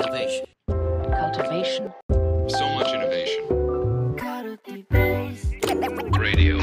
Cultivation. Cultivation. So much innovation. Radio.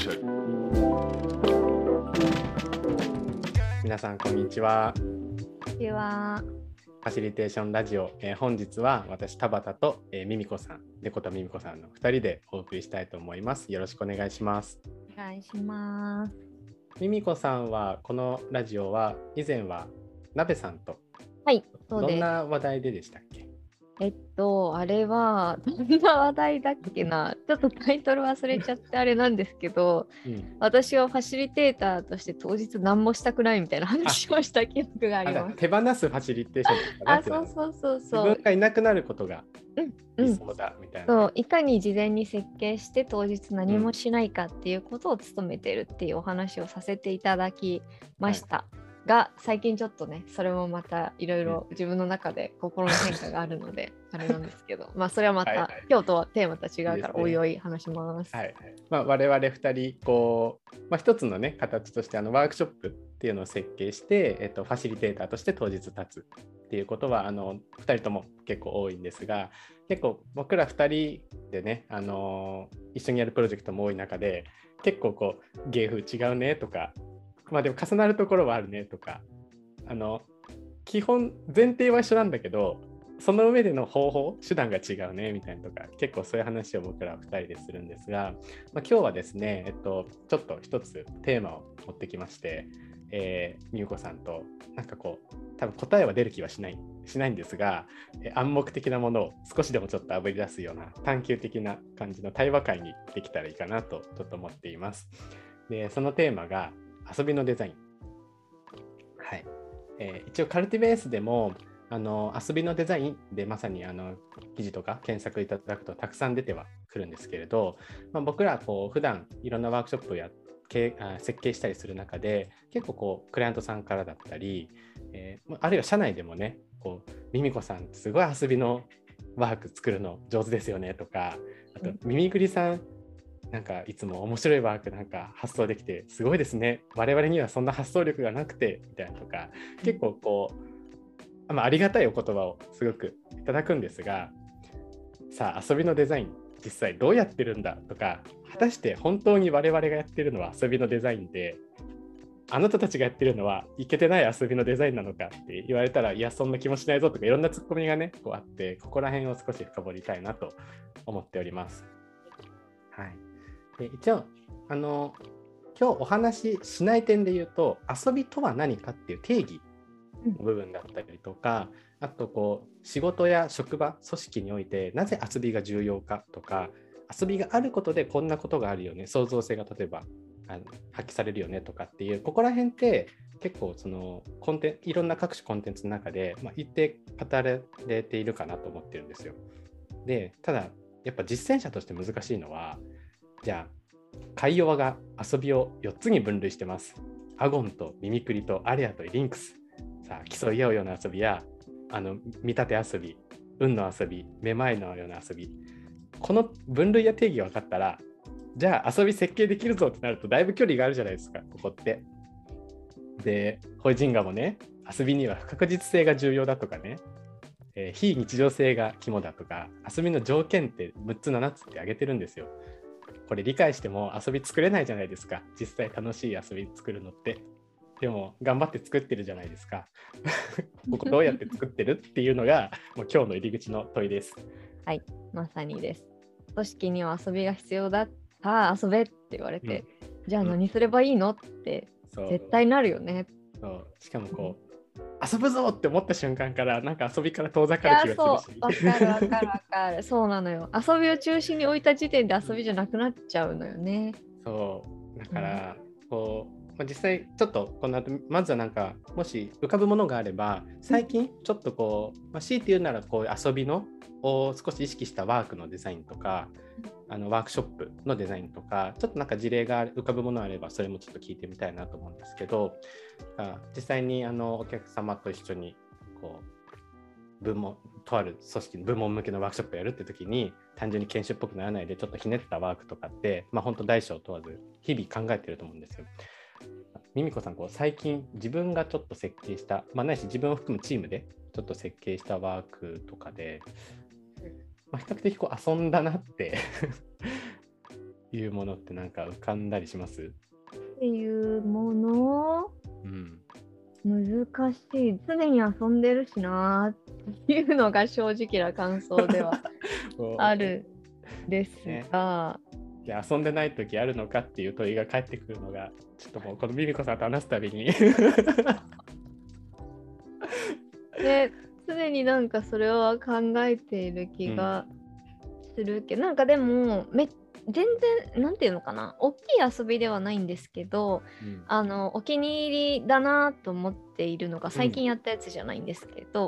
皆さんこんにちは。 では、 ファシリテーションラジオ、本日は私田畑と、ミミコさん、でことミミコさんの2人でお送りしたいと思います。よろしくお願いします。 お願いします。 ミミコさんはこのラジオは以前は鍋さんとはい、そうどんです。 な話題でしたっけ？ あれはどんな話題だっけな、ちょっとタイトル忘れちゃってあれなんですけど、私はファシリテーターとして当日何もしたくないみたいな話をした記憶があります。 手放すファシリテーションとかあ、そうそうそう自そう。 分がいなくなることがうん理想だみたいな。 そう、いかに事前に設計して当日何もしないかっていうことを努めてるっていうお話をさせていただきました。が最近ちょっとね、それもまたいろいろ自分の中で心の変化があるのであれなんですけど、まあそれはまたはいはい今日とはテーマと違うからいいですねおいおい話します。 はいはい。我々2人こう、一つのね形としてワークショップっていうのを設計して、ファシリテーターとして当日立つっていうことは2人とも結構多いんですが、結構僕ら2人でね、一緒にやるプロジェクトも多い中で、結構こう芸風違うねとか、でも重なるところはあるねとか、基本前提は一緒なんだけどその上での方法手段が違うねみたいなとか、結構そういう話を僕ら2人でするんですが、今日はですね、ちょっと一つテーマを持ってきまして、みゆこさんとなんかこう多分答えは出る気はしないんですが、暗黙的なものを少しでもちょっとあぶり出すような探究的な感じの対話会にできたらいいかなとちょっと思っています。でそのテーマが遊びのデザイン。はい。一応カルティベースでも遊びのデザインでまさに記事とか検索いただくとたくさん出てはくるんですけれど、僕らこう普段いろんなワークショップや設計したりする中で、結構こうクライアントさんからだったり、あるいは社内でもね、こうミミコさんすごい遊びのワーク作るの上手ですよねとか、あとミミクリさんなんかいつも面白いワークなんか発想できてすごいですね、我々にはそんな発想力がなくてみたいなとか、結構こう、ありがたいお言葉をすごくいただくんですが、さあ遊びのデザイン実際どうやってるんだとか、果たして本当に我々がやってるのは遊びのデザインで、あなたたちがやってるのはイケてない遊びのデザインなのかって言われたら、いやそんな気もしないぞとか、いろんなツッコミがねこうあって、ここら辺を少し深掘りたいなと思っております。はい。で一応今日お話ししない点で言うと、遊びとは何かっていう定義の部分だったりとか、あとこう仕事や職場組織においてなぜ遊びが重要かとか、遊びがあることでこんなことがあるよね、創造性が例えば発揮されるよねとかっていう、ここら辺って結構そのいろんな各種コンテンツの中で、一定語られているかなと思ってるんですよ。でただやっぱ実践者として難しいのは、じゃあカイヨワが遊びを4つに分類してます。アゴンとミミクリとアレアとリンクス。さあ競い合うような遊びや見立て遊び、運の遊び、めまいのような遊び、この分類や定義が分かったら、じゃあ遊び設計できるぞってなるとだいぶ距離があるじゃないですか、ここって。でホイジンガもね、遊びには不確実性が重要だとかね、非日常性が肝だとか、遊びの条件って6つ7つって挙げてるんですよ。これ理解しても遊び作れないじゃないですか、実際楽しい遊び作るのって。でも頑張って作ってるじゃないですかここどうやって作ってるっていうのがもう今日の入り口の問いです。 はい、まさにです。組織には遊びが必要だ、さあ遊べって言われて、じゃあ何すればいいのって絶対なるよね。 そうしかもこう、遊ぶぞって思った瞬間からなんか遊びから遠ざかる気がするし。 わかるそうなのよ。遊びを中心に置いた時点で遊びじゃなくなっちゃうのよね。 そうだから、こう実際ちょっとこの後まずはなんかもし浮かぶものがあれば、最近ちょっとこう、強いて言うならこういう遊びのを少し意識したワークのデザインとか、ワークショップのデザインとか、ちょっとなんか事例が浮かぶものがあればそれもちょっと聞いてみたいなと思うんですけど、実際にお客様と一緒にこうとある組織の部門向けのワークショップをやるって時に、単純に研修っぽくならないでちょっとひねったワークとかって、本当大小問わず日々考えてると思うんですよ。 ミミコさん、こう最近自分がちょっと設計した、ないし自分を含むチームでちょっと設計したワークとかで、比較的こう遊んだなっていうものってなんか浮かんだりします？ っていうもの、 うん、 難しい。常に遊んでるしなっていうのが正直な感想ではあるですが、 いや遊んでない時あるのかっていう問いが返ってくるのが、ちょっともうこのミミコさんと話すたびにで常になんかそれは考えている気がするけど、なんかでも全然なんていうのかな、大きい遊びではないんですけど、お気に入りだなと思っているのが最近やったやつじゃないんですけど、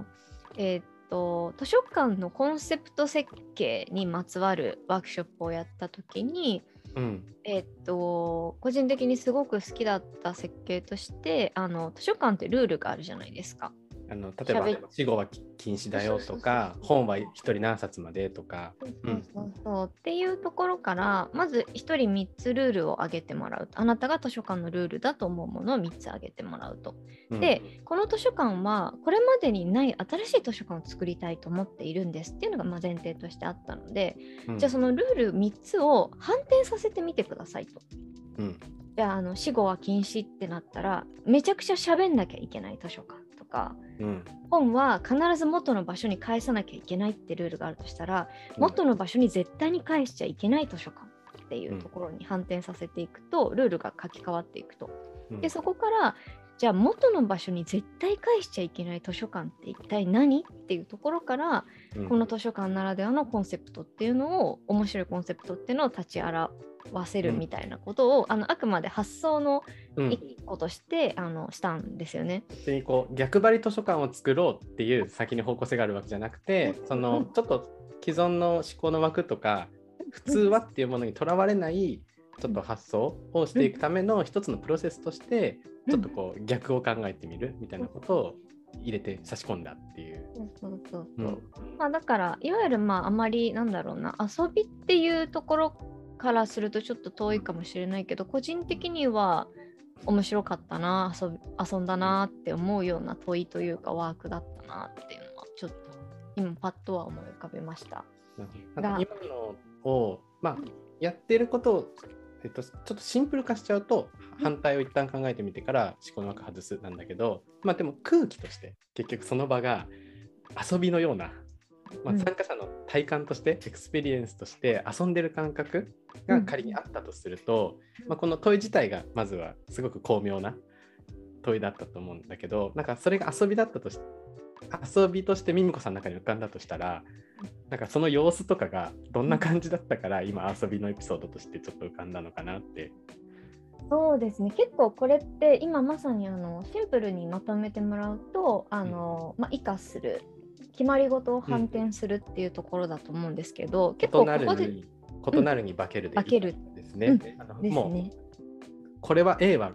図書館のコンセプト設計にまつわるワークショップをやった時に、個人的にすごく好きだった設計として、図書館ってルールがあるじゃないですか。 例えば死後は禁止だよとか、本は一人何冊までとか、 そうっていうところから、まず一人3つルールを挙げてもらうと。あなたが図書館のルールだと思うものを3つ挙げてもらうと。で、この図書館はこれまでにない新しい図書館を作りたいと思っているんですっていうのが前提としてあったので、じゃあそのルール3つを反転させてみてくださいと。じゃあ死後は禁止ってなったら、めちゃくちゃ喋んなきゃいけない図書館とか、本は必ず元の場所に返さなきゃいけないってルールがあるとしたら、元の場所に絶対に返しちゃいけない図書館っていうところに反転させていくと、ルールが書き換わっていくと。でそこからじゃあ元の場所に絶対返しちゃいけない図書館って一体何っていうところから、この図書館ならではのコンセプトっていうのを、面白いコンセプトっていうのを立ち表せるみたいなことを、あくまで発想の一個として、したんですよね。 別にこう逆張り図書館を作ろうっていう先に方向性があるわけじゃなくて、そのちょっと既存の思考の枠とか普通はっていうものにとらわれないちょっと発想をしていくための一つのプロセスとして、ちょっとこう逆を考えてみるみたいなことを入れて差し込んだっていう。 だからいわゆるあまりなんだろうな、遊びっていうところからするとちょっと遠いかもしれないけど、個人的には面白かったな、遊んだなって思うような問いというかワークだったなっていうのはちょっと今パッとは思い浮かべました。 なんか今のを、やってることを、ちょっとシンプル化しちゃうと、反対を一旦考えてみてから思考の枠外すなんだけど、でも空気として結局その場が遊びのような、参加者の体感としてエクスペリエンスとして遊んでる感覚が仮にあったとすると、この問い自体がまずはすごく巧妙な問いだったと思うんだけど、なんかそれが遊びだったとして遊びとしてミミコさんの中に浮かんだとしたら、なんかその様子とかがどんな感じだったから今遊びのエピソードとしてちょっと浮かんだのかなって。 そうですね、結構これって今まさにシンプルにまとめてもらうと生かする、決まり事を反転するっていうところだと思うんですけど、結構ここで異なるに化けるですね。もうこれは A は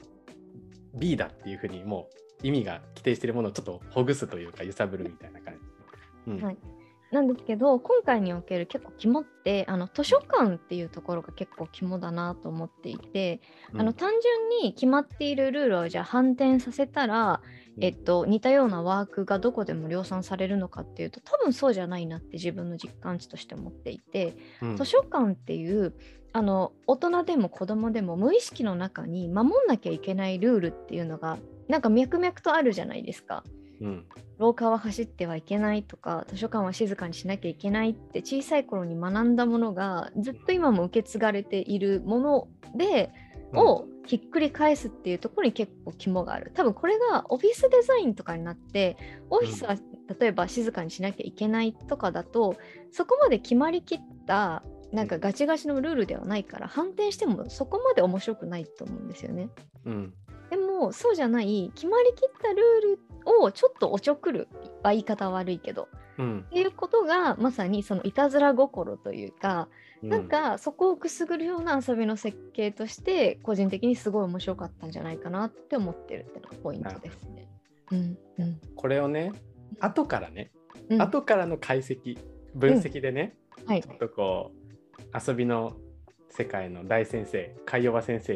B だっていうふうにもう意味が規定しているものをちょっとほぐすというか揺さぶるみたいな感じ。 なんですけど、今回における結構肝って図書館っていうところが結構肝だなと思っていて、単純に決まっているルールをじゃあ反転させたら、似たようなワークがどこでも量産されるのかっていうと、多分そうじゃないなって自分の実感値として思っていて、図書館っていう大人でも子供でも無意識の中に守んなきゃいけないルールっていうのがなんか脈々とあるじゃないですか。廊下は走ってはいけないとか、図書館は静かにしなきゃいけないって小さい頃に学んだものがずっと今も受け継がれているもので、をひっくり返すっていうところに結構肝がある。多分これがオフィスデザインとかになって、オフィスは例えば静かにしなきゃいけないとかだと、そこまで決まりきったなんかガチガチのルールではないから、反転してもそこまで面白くないと思うんですよね。でもそうじゃない、決まりきったルールをちょっとおちょくる、言い方悪いけど、っていうことがまさにそのいたずら心というか、なんかそこをくすぐるような遊びの設計として個人的にすごい面白かったんじゃないかなって思ってるっていうのがポイントですね。 これをね、後からの解析分析でね、ちょっとこう遊びの世界の大先生、海洋和先生や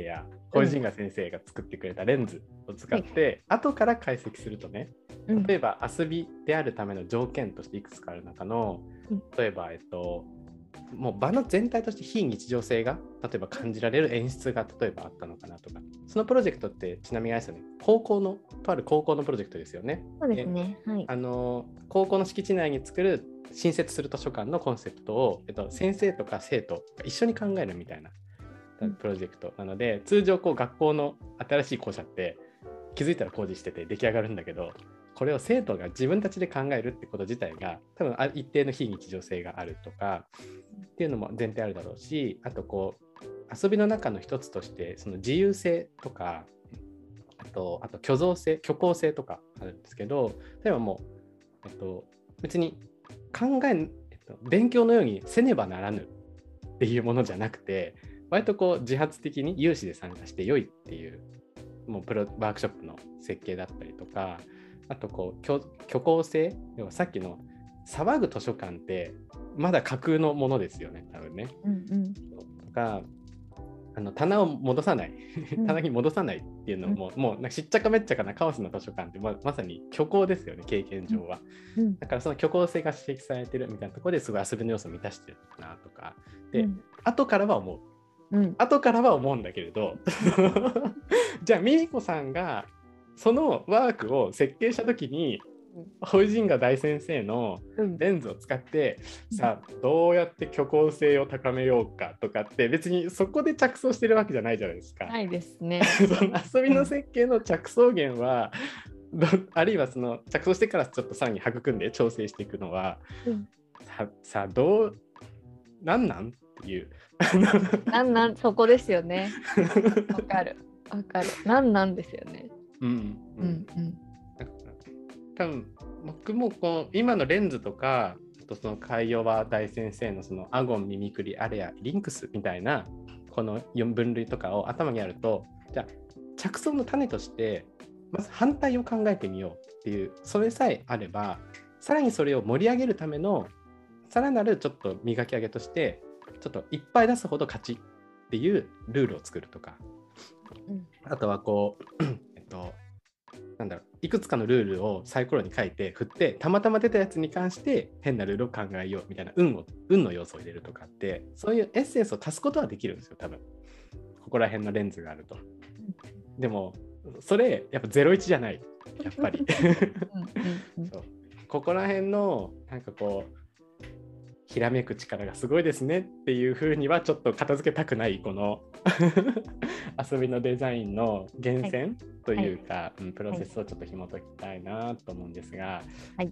ホイジンガ先生が作ってくれたレンズを使って、後から解析するとね、例えば遊びであるための条件としていくつかある中の、例えば、もう場の全体として非日常性が例えば感じられる演出が例えばあったのかなとか、そのプロジェクトってちなみにあれですよね、とある高校のプロジェクトですよね。 そうですね、はい、 高校の敷地内に作る新設する図書館のコンセプトを、先生とか生徒が一緒に考えるみたいなプロジェクトなので、通常こう学校の新しい校舎って気づいたら工事してて出来上がるんだけど、これを生徒が自分たちで考えるってこと自体が多分一定の非日常性があるとかっていうのも前提あるだろうし、あとこう遊びの中の一つとしてその自由性とか、あと虚構性とかあるんですけど、例えばもう、別に勉強のようにせねばならぬっていうものじゃなくて、割とこう自発的に有志で参加して良いっていうもうワークショップの設計だったりとか、あとこう虚構性、要はさっきの騒ぐ図書館ってまだ架空のものですよね多分ね、とか棚を戻さない棚に戻さないっていうのも、もうなんかしっちゃかめっちゃかなカオスな図書館って まさに虚構ですよね、経験上は、だからその虚構性が指摘されてるみたいなところですごい遊びの要素を満たしてるなとかで、後からは思うんだけれどじゃあミミコさんがそのワークを設計した時にホイジンガ大先生のレンズを使って、さあどうやって虚構性を高めようかとかって別にそこで着想してるわけじゃないじゃないですか。 ないですね。 その遊びの設計の着想源は、あるいはその着想してからちょっとさらに育んで調整していくのは、さあなんっていうそこですよね。わかるなんですよね。 多分僕もこう今のレンズとか、あとその海洋は大先生のそのアゴン、ミミクリ、アレア、リンクスみたいなこの4分類とかを頭にあると、じゃあ着想の種としてまず反対を考えてみようっていう、それさえあれば、さらにそれを盛り上げるためのさらなるちょっと磨き上げとして、ちょっといっぱい出すほど勝ちっていうルールを作るとか、あとはこういくつかのルールをサイコロに書いて振って、たまたま出たやつに関して変なルールを考えようみたいな運の要素を入れるとかって、そういうエッセンスを足すことはできるんですよ多分、ここら辺のレンズがあると。でもそれやっぱ01じゃない、やっぱりそうここら辺のなんかこうひらめく力がすごいですねっていう風にはちょっと片付けたくない、この遊びのデザインの源泉というか、プロセスをちょっと紐解きたいなと思うんですが、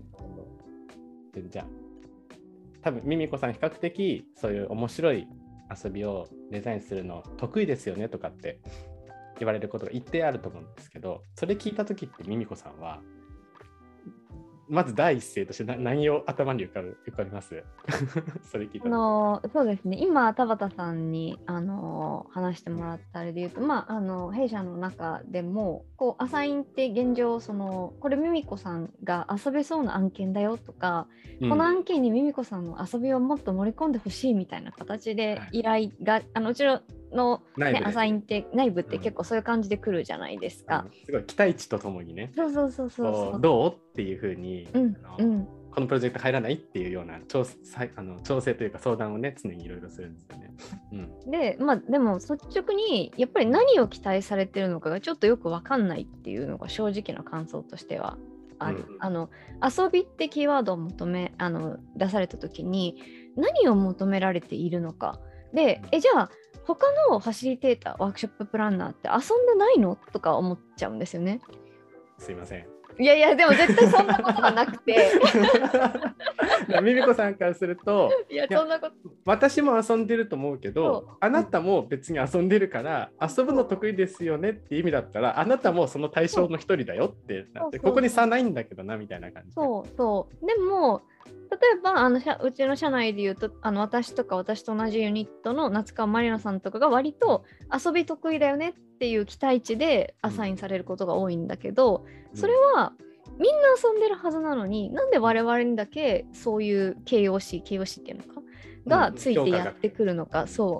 じゃあ多分ミミコさん比較的そういう面白い遊びをデザインするの得意ですよねとかって言われることが一定あると思うんですけど、それ聞いた時ってミミコさんはまず第一声として何を頭に浮かびますそれ聞いたそうですね、今田畑さんに話してもらったあれで言うと、弊社の中でもこうアサインって現状これミミコさんが遊べそうな案件だよとか、この案件にミミコさんの遊びをもっと盛り込んでほしいみたいな形で依頼が、うちの、ね、アサインって内部って結構そういう感じで来るじゃないですか、 すごい期待値とともにね、 そうどうっていう風に、このプロジェクト入らないっていうような調整というか相談をね常にいろいろするんですよね。 でも率直にやっぱり何を期待されてるのかがちょっとよく分かんないっていうのが正直な感想としてはある。遊びってキーワードを出された時に何を求められているのかで、じゃあ他のファシリテーター、ワークショッププランナーって遊んでないのとか思っちゃうんですよね。 すいません。 いやでも絶対そんなことがなくてミミコさんからするとそんなこと私も遊んでると思うけど、あなたも別に遊んでるから遊ぶの得意ですよねっていう意味だったら、あなたもその対象の一人だよってなって、ここに差ないんだけどなみたいな感じで。 でも例えばうちの社内でいうと私とか私と同じユニットの夏川まりなさんとかが割と遊び得意だよねっていう期待値でアサインされることが多いんだけど、それはみんな遊んでるはずなのに、なんで我々にだけそういう形容詞っていうのかがついてやってくるのか、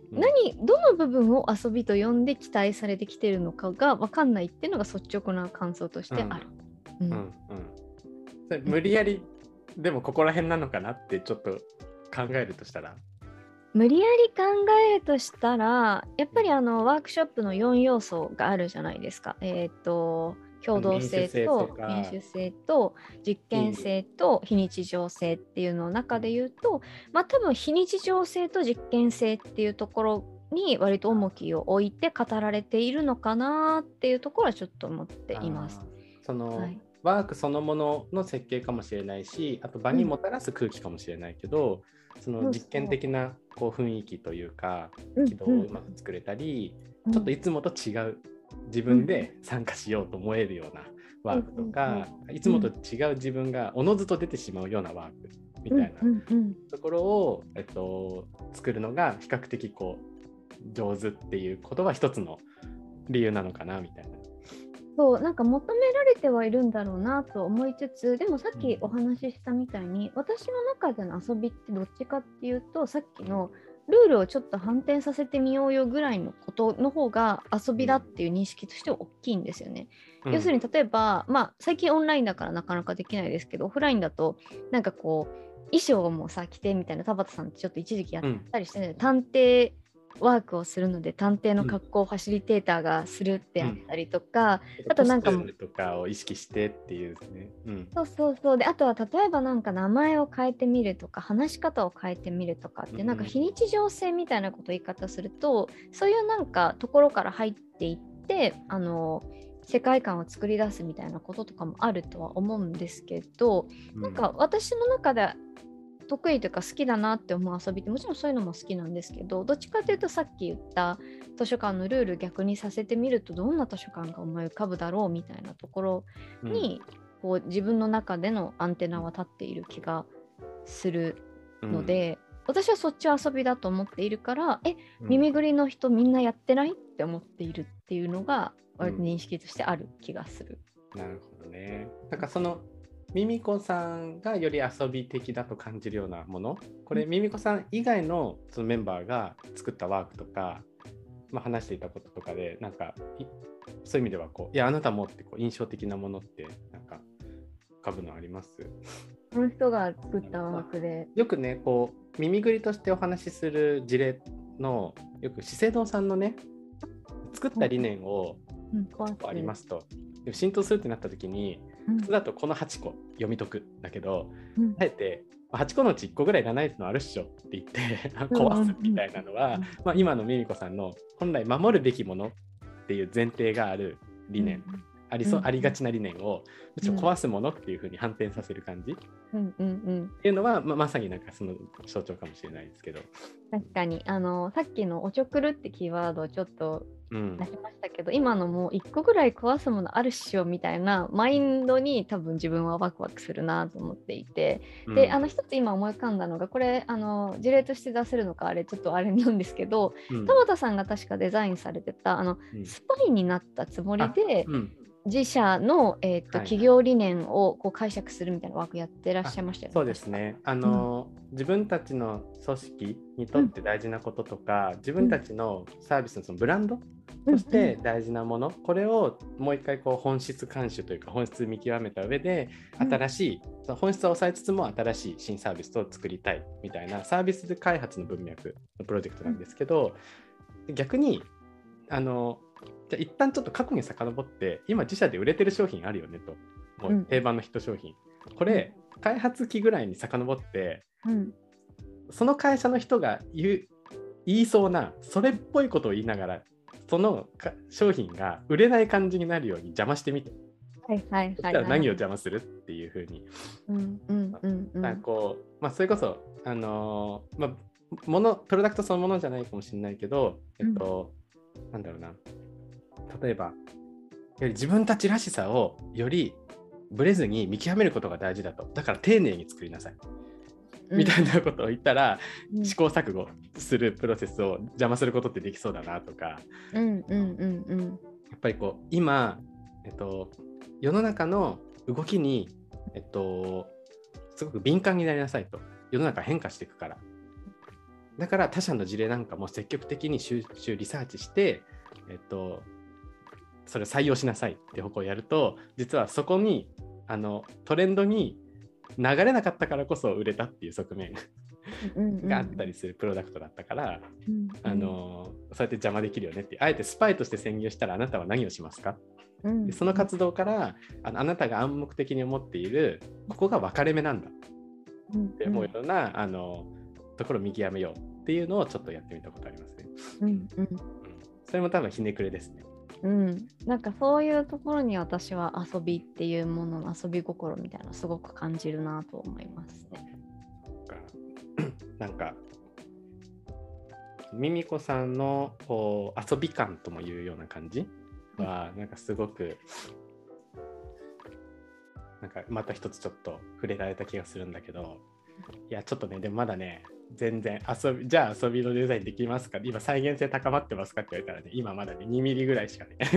どの部分を遊びと呼んで期待されてきてるのかが分かんないっていうのが率直な感想としてある。 それ無理やりでもここら辺なのかなってちょっと考えるとしたら、 無理やり考えるとしたらやっぱりワークショップの4要素があるじゃないですか。共同性と民主性と実験性と非日常性っていうの中で言うと、多分非日常性と実験性っていうところに割と重きを置いて語られているのかなっていうところはちょっと思っています。 ワークそのものの設計かもしれないし、あと場にもたらす空気かもしれないけど、その実験的なこう雰囲気というか軌道をうまく作れたり、ちょっといつもと違う自分で参加しようと思えるようなワークとか、いつもと違う自分がおのずと出てしまうようなワークみたいなところを、作るのが比較的こう上手っていうことは一つの理由なのかなみたいな。 そう、なんか求められてはいるんだろうなと思いつつ、でもさっきお話ししたみたいに、私の中での遊びってどっちかっていうと、さっきのルールをちょっと反転させてみようよぐらいのことの方が遊びだっていう認識としては大きいんですよね。要するに例えば、最近オンラインだからなかなかできないですけど、オフラインだとなんかこう衣装もさ着てみたいな、田畑さんってちょっと一時期やったりしてね、探偵ワークをするので探偵の格好をファシリテーターがするってあったりとか、あとなんかコスチュームとかを意識してっていうですね。 そうで、あとは例えばなんか名前を変えてみるとか話し方を変えてみるとかって、なんか非日常性みたいなことを言い方すると、そういうなんかところから入っていって世界観を作り出すみたいなこととかもあるとは思うんですけど、なんか私の中で得意というか好きだなって思う遊びってもちろんそういうのも好きなんですけど、どっちかというとさっき言った図書館のルール逆にさせてみるとどんな図書館が思い浮かぶだろうみたいなところに、こう自分の中でのアンテナは立っている気がするので、私はそっち遊びだと思っているから、耳ぐりの人みんなやってないって思っているっていうのが割と認識としてある気がする。 なるほどね。なんかそのミミコさんがより遊び的だと感じるようなもの、これミミコさん以外のそのメンバーが作ったワークとか、話していたこととかでなんかそういう意味ではこう、いやあなたもってこう印象的なものってなんか浮かぶのあります？ この人が作ったワークでよくね、こう耳ぐりとしてお話しする事例のよく資生堂さんのね作った理念をありますと、浸透するってなった時に普通だとこの8個読み解くだけど、あえて8個のうち1個ぐらいいらないのあるっしょって言って壊すみたいなのは、今のミミコさんの本来守るべきものっていう前提がある理念、ありがちな理念をむしろ壊すものっていう風に反転させる感じ、っていうのは、まさになんかその象徴かもしれないですけど。 確かにさっきのおちょくるってキーワードをちょっと出しましたけど、今のもう1個ぐらい壊すものあるっしょみたいなマインドに多分自分はワクワクするなと思っていて、で一つ今思い浮かんだのが、これ事例として出せるのかあれちょっとあれなんですけど、田畑さんが確かデザインされてたスパイになったつもりで、自社の、企業理念をこう解釈するみたいなワークやってらっしゃいましたよね。 そうですね。自分たちの組織にとって大事なこととか、自分たちのサービスのそのブランドとして大事なもの、これをもう一回こう本質監視というか本質見極めた上で新しい、その本質を抑えつつも新しい新サービスを作りたいみたいなサービス開発の文脈のプロジェクトなんですけど、逆にじゃあ一旦ちょっと過去に遡って今自社で売れてる商品あるよねと、もう定番のヒット商品、これ開発期ぐらいに遡って、その会社の人が言いそうなそれっぽいことを言いながらその商品が売れない感じになるように邪魔してみて、そしたら何を邪魔するっていうふうに、こう、それこそプロダクトそのものじゃないかもしれないけど、なんだろうな、例えばより自分たちらしさをよりブレずに見極めることが大事だと、だから丁寧に作りなさい、みたいなことを言ったら、試行錯誤するプロセスを邪魔することってできそうだなとか、やっぱりこう今、世の中の動きに、すごく敏感になりなさいと、世の中変化していくからっだから他社の事例なんかも積極的に収集リサーチして、それを採用しなさいって方向をやると、実はそこにトレンドに流れなかったからこそ売れたっていう側面があったりするプロダクトだったから、そうやって邪魔できるよねって、あえてスパイとして潜入したらあなたは何をしますか、でその活動からあなたが暗黙的に思っているここが分かれ目なんだって思うようなところを見極めようっていうのをちょっとやってみたことありますね。それも多分ひねくれですね。 なんかそういうところに私は遊びっていうものの遊び心みたいなのすごく感じるなと思いますね。 なんかミミコさんの遊び感ともいうような感じはなんかすごくなんかまた一つちょっと触れられた気がするんだけど、いやちょっとねでもまだね全然じゃあ遊びのデザインできますか、今再現性高まってますかって言われたらね、今まだね2ミリぐらいしかね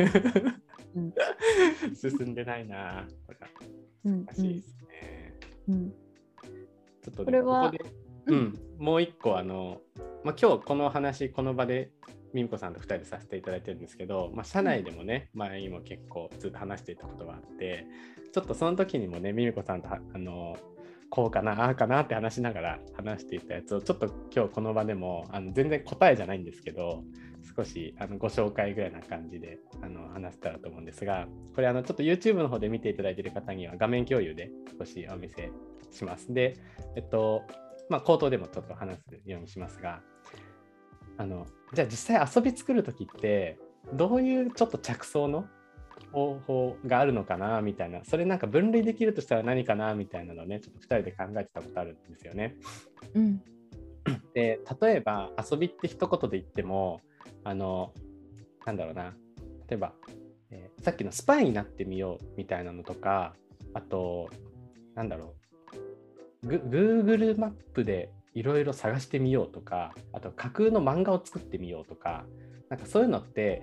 進んでないなとか難しいですね。ちょっとねこれはここで、もう一個今日この話この場でミミコさんと2人でさせていただいてるんですけど、社内でもね前にも結構ずっと話していたことがあって、ちょっとその時にもねミミコさんとこうかなああかなって話しながら話していたやつをちょっと今日この場でも全然答えじゃないんですけど少しご紹介ぐらいな感じで話せたらと思うんですが、これちょっと YouTube の方で見ていただいている方には画面共有で少しお見せします。で口頭でもちょっと話すようにしますが、じゃあ実際遊び作るときってどういうちょっと着想の方法があるのかなみたいな、それなんか分類できるとしたら何かなみたいなのをねちょっと2人で考えてたことあるんですよね。で例えば遊びって一言で言ってもなんだろうな、例えば、さっきのスパイになってみようみたいなのとか、あとなんだろうGoogle マップでいろいろ探してみようとか、あと架空の漫画を作ってみようとか、なんかそういうのって、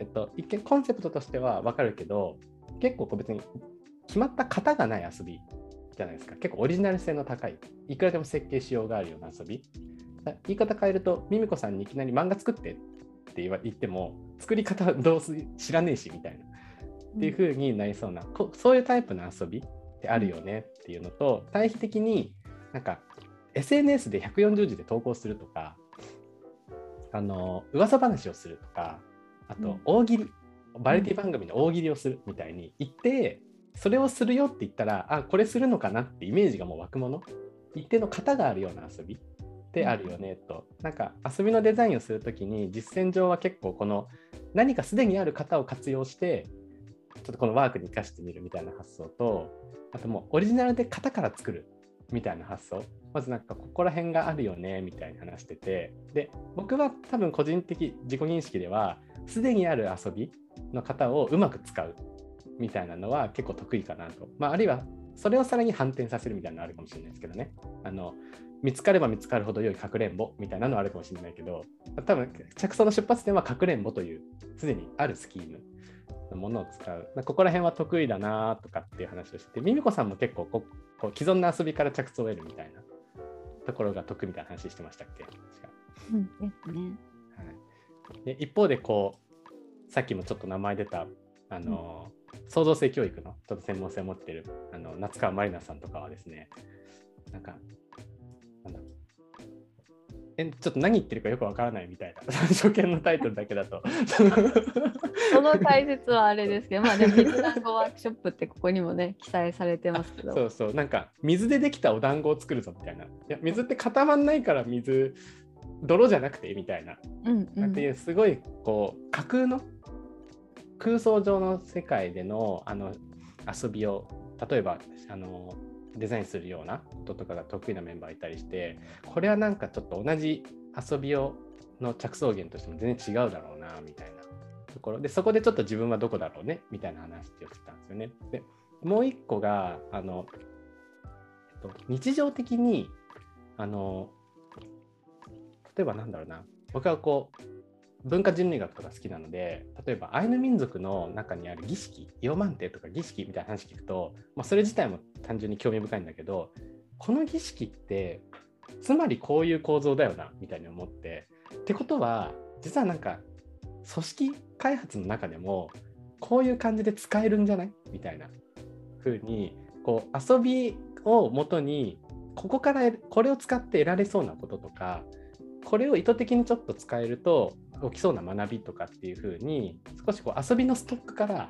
一見コンセプトとしては分かるけど結構別に決まった型がない遊びじゃないですか。結構オリジナル性の高い、いくらでも設計しようがあるような遊び。言い方変えるとミミコさんにいきなり漫画作ってって言っても作り方どうす知らねえしみたいなっていう風になりそうな、そういうタイプの遊びってあるよねっていうのと、対比的になんか SNS で140字で投稿するとか、噂話をするとか、あと大喜利、バラエティ番組の大喜利をするみたいに言って、それをするよって言ったらこれするのかなってイメージがもう湧くもの、一定の型があるような遊びってあるよねと。なんか遊びのデザインをするときに実践上は結構この何かすでにある型を活用してちょっとこのワークに生かしてみるみたいな発想と、あともうオリジナルで型から作るみたいな発想、まずなんかここら辺があるよねみたいに話してて、で僕は多分個人的自己認識ではすでにある遊びの型をうまく使うみたいなのは結構得意かなと、あるいはそれをさらに反転させるみたいなのあるかもしれないですけどね。見つかれば見つかるほど良いかくれんぼみたいなのはあるかもしれないけど、多分着想の出発点はかくれんぼというすでにあるスキームのものを使う、ここら辺は得意だなとかっていう話をしてて、ミミコさんも結構こう既存の遊びから着想を得るみたいなところが得意みたいな話してましたっけ。 ですね。 で一方でさっきもちょっと名前出た創造性教育のちょっと専門性を持っている夏川まりなさんとかはですね、なんだろう、ちょっと何言ってるかよくわからないみたいな初見のタイトルだけだとその解説はあれですけど、でも水団子ワークショップってここにもね記載されてますけど、 そうなんか水でできたお団子を作るぞみたいな、いや水って固まんないから泥じゃなくてみたいな、っていうすごい架空の空想上の世界での遊びを例えばデザインするようなこととかが得意なメンバーいたりして、これはなんかちょっと同じ遊びの着想源としても全然違うだろうなみたいなところで、そこでちょっと自分はどこだろうねみたいな話をしてたんですよね。でもう一個が日常的に例えばなんだろうな、僕は文化人類学とか好きなので、例えばアイヌ民族の中にある儀式、イオマンテとか儀式みたいな話聞くと、それ自体も単純に興味深いんだけど、この儀式ってつまりこういう構造だよなみたいに思って、ってことは実はなんか組織開発の中でもこういう感じで使えるんじゃないみたいな風にこう遊びをもとにここからこれを使って得られそうなこととか、これを意図的にちょっと使えると起きそうな学びとかっていう風に少しこう遊びのストックから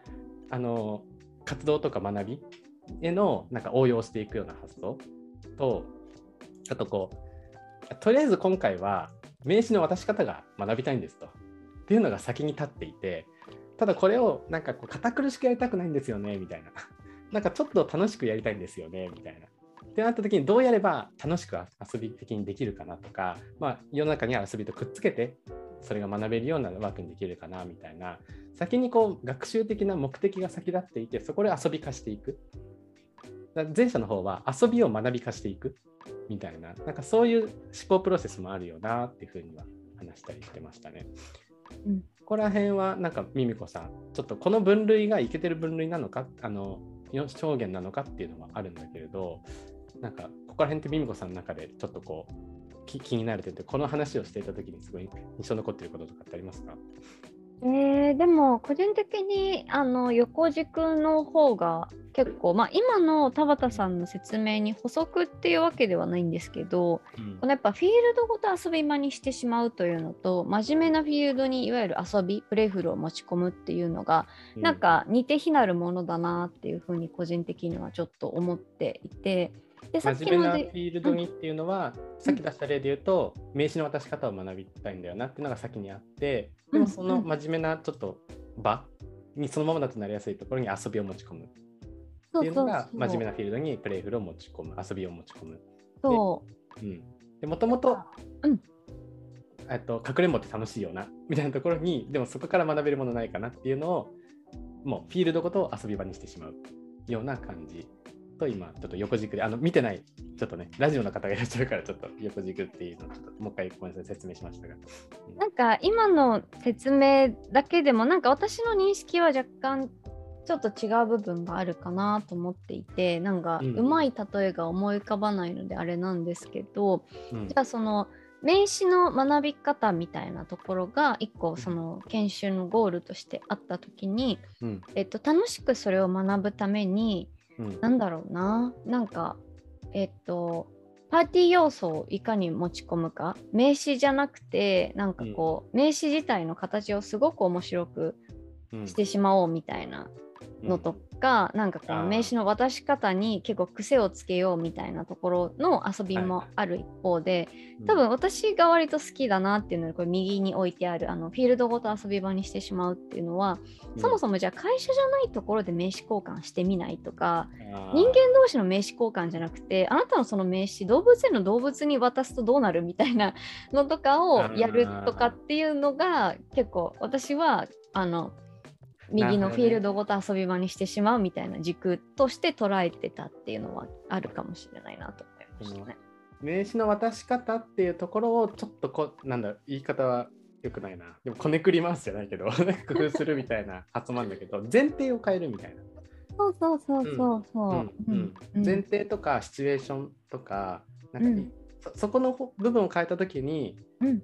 活動とか学びへのなんか応用していくような発想と、あとこうとりあえず今回は名刺の渡し方が学びたいんですとっていうのが先に立っていて、ただこれをなんかこう堅苦しくやりたくないんですよねみたいな、なんかちょっと楽しくやりたいんですよねみたいなってなった時にどうやれば楽しく遊び的にできるかなとか、世の中には遊びとくっつけてそれが学べるようなワークにできるかなみたいな、先にこう学習的な目的が先立っていて、そこで遊び化していく。前者の方は遊びを学び化していくみたいな、なんかそういう思考プロセスもあるよなっていうふうには話したりしてましたね。ここら辺はなんかミミコさん、ちょっとこの分類がいけてる分類なのか、表現なのかっていうのはあるんだけれど、なんかここら辺ってミミコさんの中でちょっとこう気になる点で、この話をしていた時にすごい印象に残っていることとかってありますか？ でも個人的に横軸の方が結構、今の田畑さんの説明に補足っていうわけではないんですけど、このやっぱフィールドごと遊び場にしてしまうというのと、真面目なフィールドにいわゆる遊びプレイフルを持ち込むっていうのが、なんか似て非なるものだなっていうふうに個人的にはちょっと思っていて、で真面目なフィールドにっていうのは、さっき出した例で言うと、名刺の渡し方を学びたいんだよなっていうのが先にあって、でもその真面目なちょっと場にそのままだとなりやすいところに遊びを持ち込むっていうのが、真面目なフィールドにプレイフルを持ち込む、遊びを持ち込む。でもともとかくれんぼって楽しいよなみたいなところに、でもそこから学べるものないかなっていうのをもうフィールドごと遊び場にしてしまうような感じと、今ちょっと横軸で見てないちょっとねラジオの方がいらっしゃるから、ちょっと横軸っていうのをちょっともう一回ごめんなさい説明しましたが、 なんか今の説明だけでもなんか私の認識は若干ちょっと違う部分があるかなと思っていて、なんかうまい例えが思い浮かばないのであれなんですけど、じゃあその名詞の学び方みたいなところが一個その研修のゴールとしてあった時に、楽しくそれを学ぶために、なんだろうな、なんかパーティー要素をいかに持ち込むか、名詞じゃなくてなんかこう、名詞自体の形をすごく面白くしてしまおうみたいなのとか、なんかこの名刺の渡し方に結構癖をつけようみたいなところの遊びもある一方で、多分私が割と好きだなっていうので、これ右に置いてあるフィールドごと遊び場にしてしまうっていうのは、そもそもじゃあ会社じゃないところで名刺交換してみないとか、人間同士の名刺交換じゃなくて、あなたのその名刺動物園の動物に渡すとどうなるみたいなのとかをやるとかっていうのが結構私は右のフィールドごと遊び場にしてしまうみたいな軸として捉えてたっていうのはあるかもしれないなと思いましたね。 名刺の渡し方っていうところをちょっと言い方は良くないな、でもこねくり回すじゃないけど工夫するみたいな発想なんだけど、前提を変えるみたいな。前提とかシチュエーションとか、なんかそこの部分を変えたときに、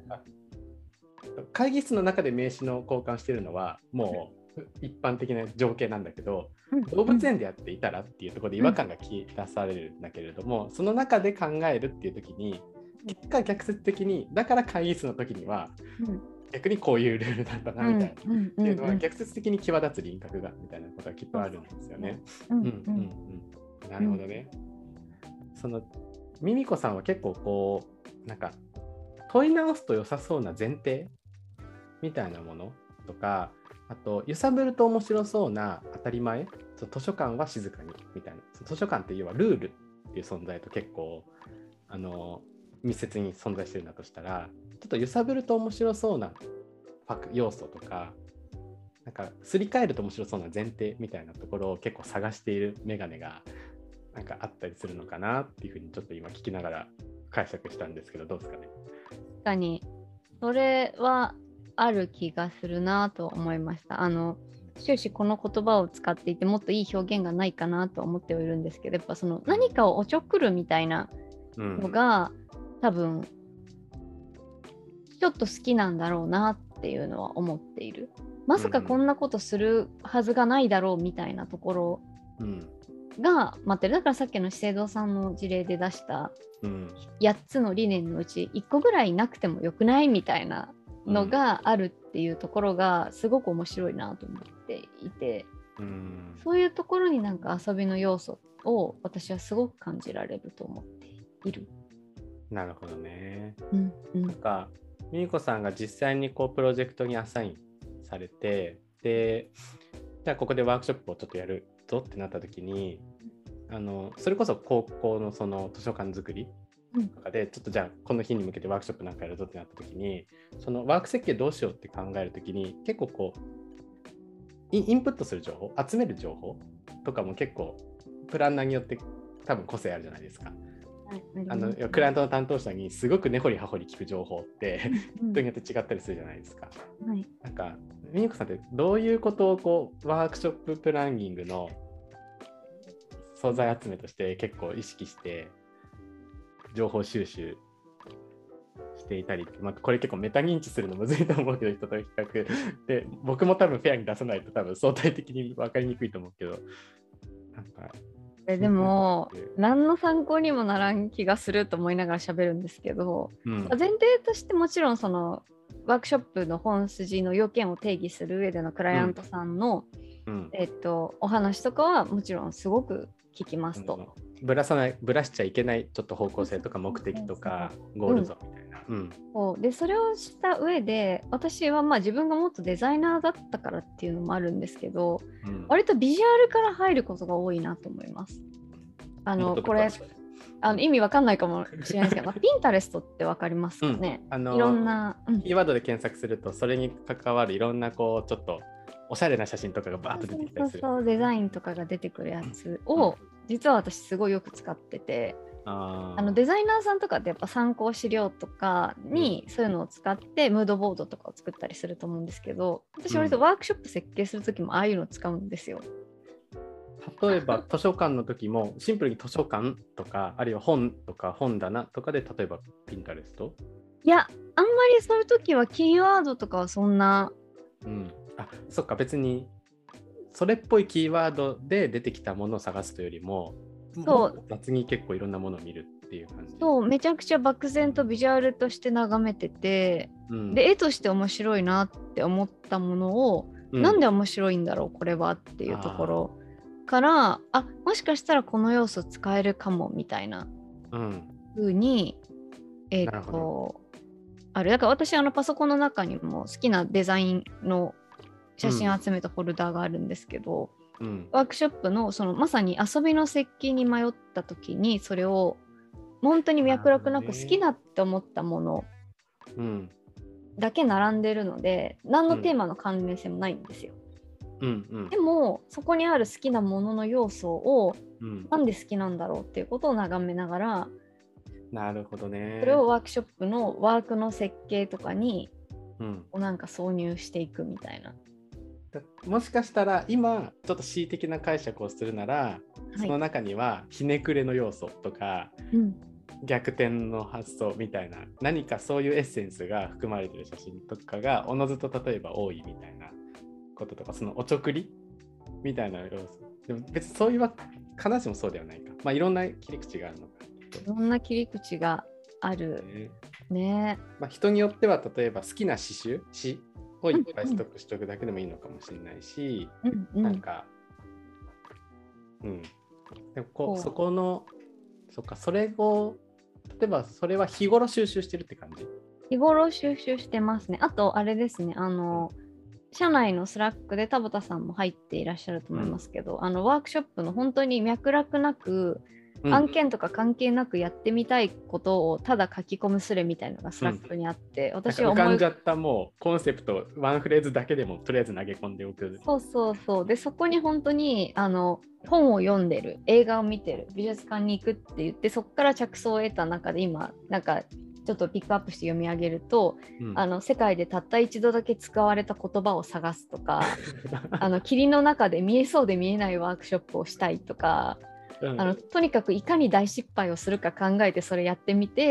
会議室の中で名刺の交換してるのはもう一般的な情景なんだけど、動物園でやっていたらっていうところで違和感がき出されるんだけれども、その中で考えるっていう時に結果逆説的に、だから会議室の時には逆にこういうルールだったなみたいなっていうのは逆説的に際立つ輪郭がみたいなことがきっとあるんですよね。なるほどね。そのミミコさんは結構こうなんか問い直すと良さそうな前提みたいなものとか、あと揺さぶると面白そうな当たり前、図書館は静かにみたいな、図書館っていうのはルールっていう存在と結構密接に存在してるんだとしたら、ちょっと揺さぶると面白そうな要素とか、なんかすり替えると面白そうな前提みたいなところを結構探しているメガネがなんかあったりするのかなっていうふうにちょっと今聞きながら解釈したんですけど、どうですかね。 確かにそれはある気がするなと思いました。終始この言葉を使っていてもっといい表現がないかなと思ってはいるんですけど、やっぱその何かをおちょくるみたいなのが、 多分ちょっと好きなんだろうなっていうのは思っている。まさかこんなことするはずがないだろうみたいなところが待ってる。だからさっきの資生堂さんの事例で出した8つの理念のうち1個ぐらいなくてもよくないみたいなのがあるっていうところがすごく面白いなと思っていて、そういうところになんか遊びの要素を私はすごく感じられると思っている。 なるほどね。 なんかみゆこさんが実際にこうプロジェクトにアサインされて、でじゃあここでワークショップをちょっとやるぞってなった時に、それこそ高校のその図書館作りとかで、ちょっとじゃあこの日に向けてワークショップなんかやるぞってなった時に、そのワーク設計どうしようって考える時に結構こうインプットする情報、集める情報とかも結構プランナーによって多分個性あるじゃないですか。クライアントの担当者にすごく根掘り葉掘り聞く情報って人によって違ったりするじゃないですか。なんかみゆこさんってどういうことをこうワークショッププランニングの素材集めとして結構意識して情報収集していたり、これ結構メタ認知するのむずいと思うけど、人と比較で僕も多分フェアに出さないと多分相対的に分かりにくいと思うけど、なんかでも何の参考にもならん気がすると思いながら喋るんですけど、前提としてもちろんそのワークショップの本筋の要件を定義する上でのクライアントさんの、お話とかはもちろんすごく聞きますと。 ぶらしちゃいけないちょっと方向性とか目的とかゴール像みたいな。 そうでそれをした上で、私は自分がもっとデザイナーだったからっていうのもあるんですけど、割とビジュアルから入ることが多いなと思います。これ意味わかんないかもしれないですけど、ピンタレストってわかりますかね。いろんな、 キーワードで検索するとそれに関わるいろんなこうちょっとおしゃれな写真とかがバーッと出てきたりする。 そうデザインとかが出てくるやつを、実は私すごいよく使ってて、デザイナーさんとかってやっぱ参考資料とかにそういうのを使ってムードボードとかを作ったりすると思うんですけど、私割とワークショップ設計する時もああいうのを使うんですよ。 例えば図書館の時もシンプルに図書館とか、あるいは本とか本棚とかで例えばピンタレスト？ いや、あんまりそういう時はキーワードとかはそんな、 そっか、別にそれっぽいキーワードで出てきたものを探すというよりも、そう雑に結構いろんなものを見るっていう感じ。 そう、めちゃくちゃ漠然とビジュアルとして眺めてて、で絵として面白いなって思ったものを、なんで面白いんだろうこれはっていうところから、もしかしたらこの要素使えるかもみたいな風に、ある。だから私パソコンの中にも好きなデザインの写真を集めたフォルダがあるんですけど、ワークショップのそのまさに遊びの設計に迷った時に、それを本当に脈絡なく好きだって思ったものだけ並んでるので、何のテーマの関連性もないんですよ。でもそこにある好きなものの要素を、なんで好きなんだろうっていうことを眺めながら、 なるほどね。 それをワークショップのワークの設計とかに、なんか挿入していくみたいな。 もしかしたら今ちょっと恣意的な解釈をするなら、その中にはひねくれの要素とか、逆転の発想みたいな何かそういうエッセンスが含まれている写真とかがおのずと例えば多いみたいなこととか、そのおちょくりみたいな要素。でも別にそういう必ずしもそうではないか。いろんな切り口があるのか。 いろんな切り口があるね。 人によっては例えば好きな詩をいっぱいストックしておくだけでもいいのかもしれないし、なんか、でもそこの、それを例えばそれは日頃収集してるって感じ？ 日頃収集してますね。あとあれですね、社内のスラックで田畑さんも入っていらっしゃると思いますけど、ワークショップの本当に脈絡なく、案件とか関係なくやってみたいことをただ書き込むスレみたいなのがスラックにあって、 私は浮かんじゃったもうコンセプトワンフレーズだけでもとりあえず投げ込んでおく。 そうで、そこに本当に本を読んでる、映画を見てる、美術館に行くって言って、そこから着想を得た中で今なんかちょっとピックアップして読み上げると、世界でたった一度だけ使われた言葉を探すとか霧の中で見えそうで見えないワークショップをしたいとか、とにかくいかに大失敗をするか考えてそれやってみて、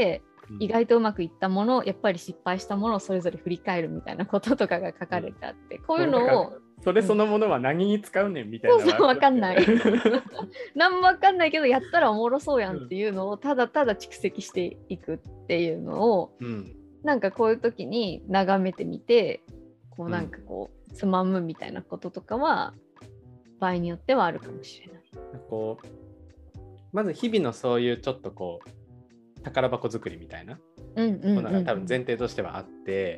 意外とうまくいったもの、やっぱり失敗したものをそれぞれ振り返るみたいなこととかが書かれてあって、こういうのをそれそのものは何に使うねんみたいな、 そう分かんない何も分かんないけどやったらおもろそうやんっていうのをただただ蓄積していくっていうのを、なんかこういう時に眺めてみて、こうなんかこうつまむみたいなこととかは場合によってはあるかもしれない。 こうまず日々のそういうちょっとこう宝箱作りみたいなものが多分前提としてはあって、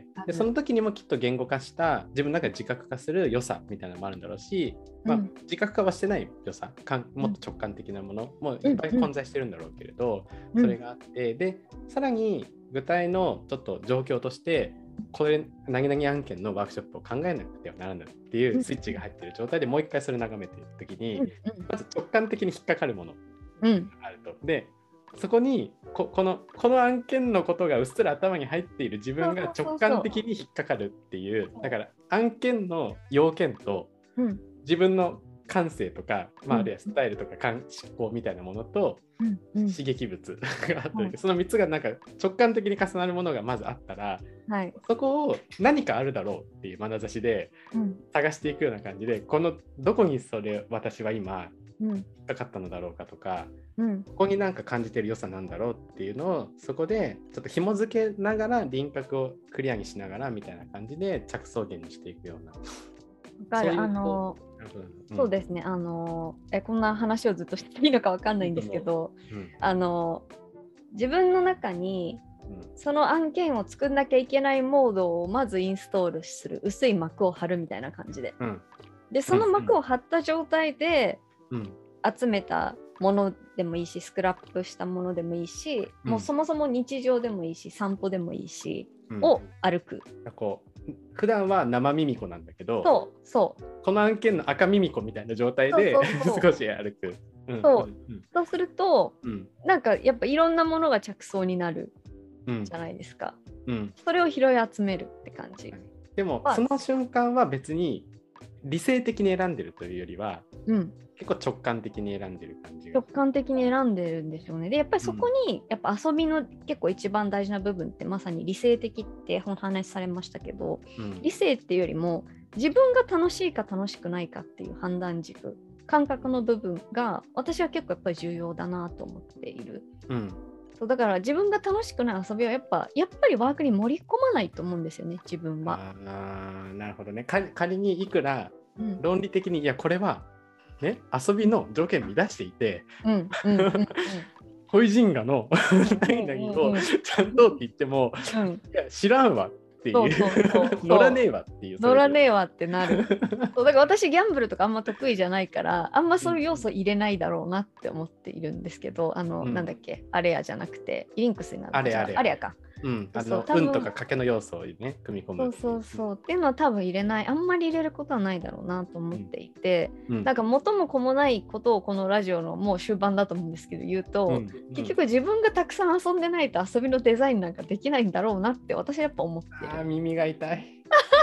でその時にもきっと言語化した自分の中で自覚化する良さみたいなのもあるんだろうし、自覚化はしてない良さ、もっと直感的なものもいっぱい混在してるんだろうけれど、それがあって、でさらに具体のちょっと状況としてこれ何々案件のワークショップを考えなくてはならないっていうスイッチが入っている状態でもう一回それ眺めている時に、まず直感的に引っかかるものがあると。でそこにこの案件のことがうっすら頭に入っている自分が直感的に引っかかるっていう、だから案件の要件と自分の感性とか、あるいはスタイルとか思考みたいなものと刺激物があったり、その3つがなんか直感的に重なるものがまずあったら、そこを何かあるだろうっていう眼差しで探していくような感じで、このどこにそれ私は今引っかかったのだろうかとか、ここになんか感じてる良さなんだろうっていうのをそこでちょっと紐付けながら輪郭をクリアにしながらみたいな感じで着想源にしていくような。 そうですね、こんな話をずっとしていいのか分かんないんですけど、自分の中にその案件を作んなきゃいけないモードをまずインストールする、薄い膜を張るみたいな感じで、でその膜を張った状態で集めたものでもいいし、スクラップしたものでもいいし、もうそもそも日常でもいいし、散歩でもいいし、を歩く。 こう普段は生ミミコなんだけど、この案件の赤ミミコみたいな状態で少し歩く。そうすると、なんかやっぱいろんなものが着想になるじゃないですか。それを拾い集めるって感じ。 でもその瞬間は別に理性的に選んでるというよりは、結構直感的に選んでる感じが。 直感的に選んでるんでしょうね。でやっぱりそこに、やっぱ遊びの結構一番大事な部分ってまさに理性的ってお話しされましたけど、理性っていうよりも自分が楽しいか楽しくないかっていう判断軸、感覚の部分が私は結構やっぱり重要だなと思っている。そうだから自分が楽しくない遊びはやっぱりワークに盛り込まないと思うんですよね、自分は。 なるほどね。仮にいくら論理的に、いやこれはね、遊びの条件満たしていて、ホイジンガの何々をちゃんとって言っても、いや知らんわっていう、乗らねえわっていう、 乗らねえわってなる。そうだから私ギャンブルとかあんま得意じゃないから、あんまそういう要素入れないだろうなって思っているんですけど、なんだっけ、アレアじゃなくてイリンクスになる。アレアか。 運とか賭けの要素をね組み込む。 そうっていうのは多分入れない、あんまり入れることはないだろうなと思っていて、なんか元も子もないことをこのラジオのもう終盤だと思うんですけど言うと、結局自分がたくさん遊んでないと遊びのデザインなんかできないんだろうなって私はやっぱ思ってる。 耳が痛い。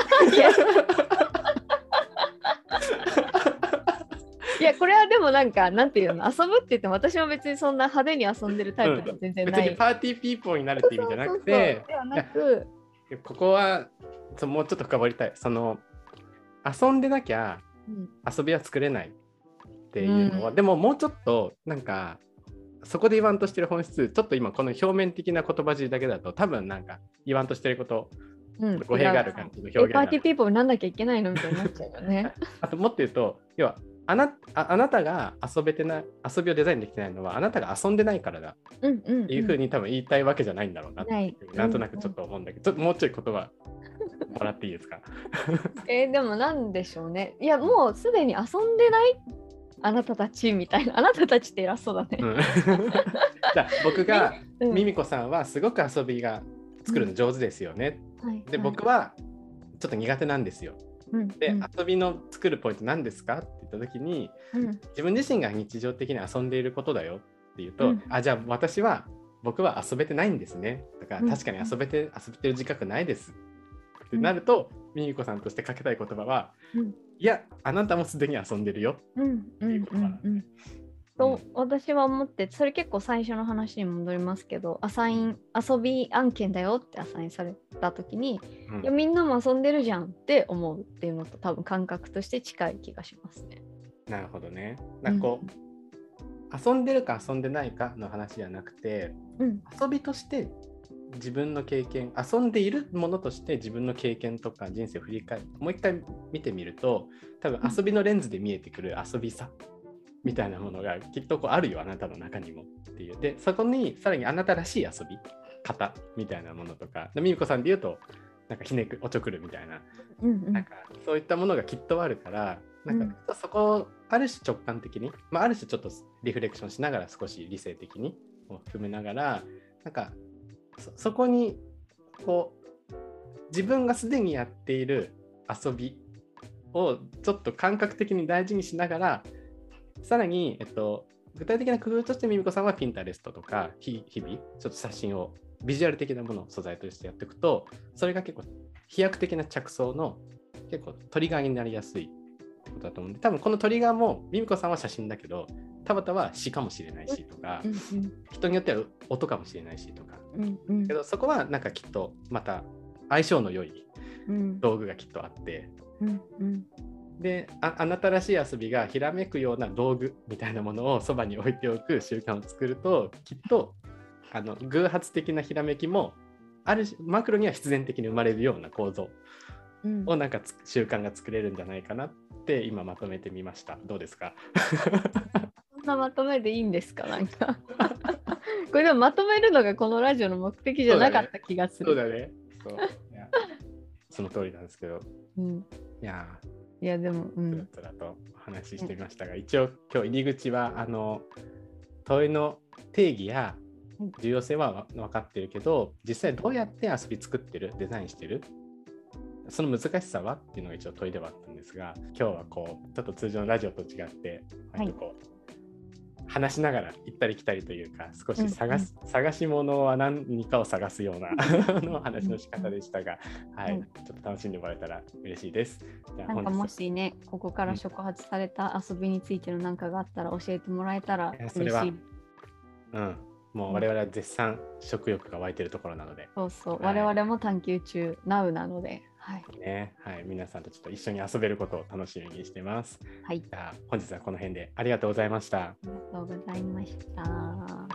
いやこれはでもなんかなんていうの、遊ぶって言っても私も別にそんな派手に遊んでるタイプでは全然ない、 別にパーティーピーポーになるって意味じゃなくて、 ではなく、 ここはもうちょっと深掘りたい。その遊んでなきゃ遊びは作れないっていうのは、でももうちょっとなんかそこで言わんとしてる本質、ちょっと今この表面的な言葉尻だけだと多分なんか言わんとしてること語弊がある感じの表現パーティーピーポーになんなきゃいけないのみたいになっちゃうよね。 あともっと言うと、要はあなたが遊びをデザインできてないのはあなたが遊んでないからだっていうふうに多分言いたいわけじゃないんだろうなって、なんとなくちょっと思うんだけど、ちょっともうちょい言葉もらっていいですか？ でもなんでしょうね。いやもうすでに遊んでないあなたたちみたいな、あなたたちって偉そうだね。 じゃあ僕がミミコさんはすごく遊びが作るの上手ですよね、で僕はちょっと苦手なんですよ、で遊びの作るポイント何ですかって言った時に、自分自身が日常的に遊んでいることだよっていうと、じゃあ僕は遊べてないんですね、だから確かに遊べてる自覚ないですってなると、ミミコさんとしてかけたい言葉は、いやあなたもすでに遊んでるよっていう言葉なんで、 と私は思って、それ結構最初の話に戻りますけど、アサイン遊び案件だよってアサインされた時に、いやみんなも遊んでるじゃんって思うっていうのと多分感覚として近い気がしますね。 なるほどね。なんかこう、遊んでるか遊んでないかの話じゃなくて、遊びとして自分の経験、遊んでいるものとして自分の経験とか人生を振り返ってもう一回見てみると、多分遊びのレンズで見えてくる遊びさみたいなものがきっとこうあるよ、あなたの中にもっていう。でそこにさらにあなたらしい遊び方みたいなものとか、ミミコさんで言うとなんかひねくおちょくるみたいな、なんかそういったものがきっとあるから、なんかそこをある種直感的に、ある種ちょっとリフレクションしながら少し理性的に含めながら、なんかそこにこう自分がすでにやっている遊びをちょっと感覚的に大事にしながら、さらに、具体的な工夫としてミミコさんは Pinterest とか日々ちょっと写真をビジュアル的なものを素材としてやっていくと、それが結構飛躍的な着想の結構トリガーになりやすいってことだと思うんで、多分このトリガーもミミコさんは写真だけど、田畑は詩かもしれないしとか、人によっては音かもしれないしとか、けどそこはなんかきっとまた相性の良い道具がきっとあって、で あなたらしい遊びがひらめくような道具みたいなものをそばに置いておく習慣を作ると、きっと偶発的なひらめきもあるマクロには必然的に生まれるような構造をなんか習慣が作れるんじゃないかなって今まとめてみました。どうですか？ そんなまとめでいいんですか？なんかこれでもまとめるのがこのラジオの目的じゃなかった気がする。 そうだね。そうその通りなんですけど、いやでもつらとお話ししてみましたが、一応今日入り口は問いの定義や重要性は分かってるけど、実際どうやって遊び作ってる、デザインしてる、その難しさはっていうのが一応問いではあったんですが、今日はこうちょっと通常のラジオと違ってこう話しながら行ったり来たりというか、少し探し物は何かを探すような話の仕方でしたが、ちょっと楽しんでもらえたら嬉しいです。じゃあなんかもしね、ここから触発された遊びについての何かがあったら教えてもらえたら嬉しい。 それはもう我々は絶賛食欲が湧いているところなので、 我々も探求中 Now なので、 皆さんとちょっと一緒に遊べることを楽しみにしてます。 じゃあ本日はこの辺でありがとうございました。 ありがとうございました。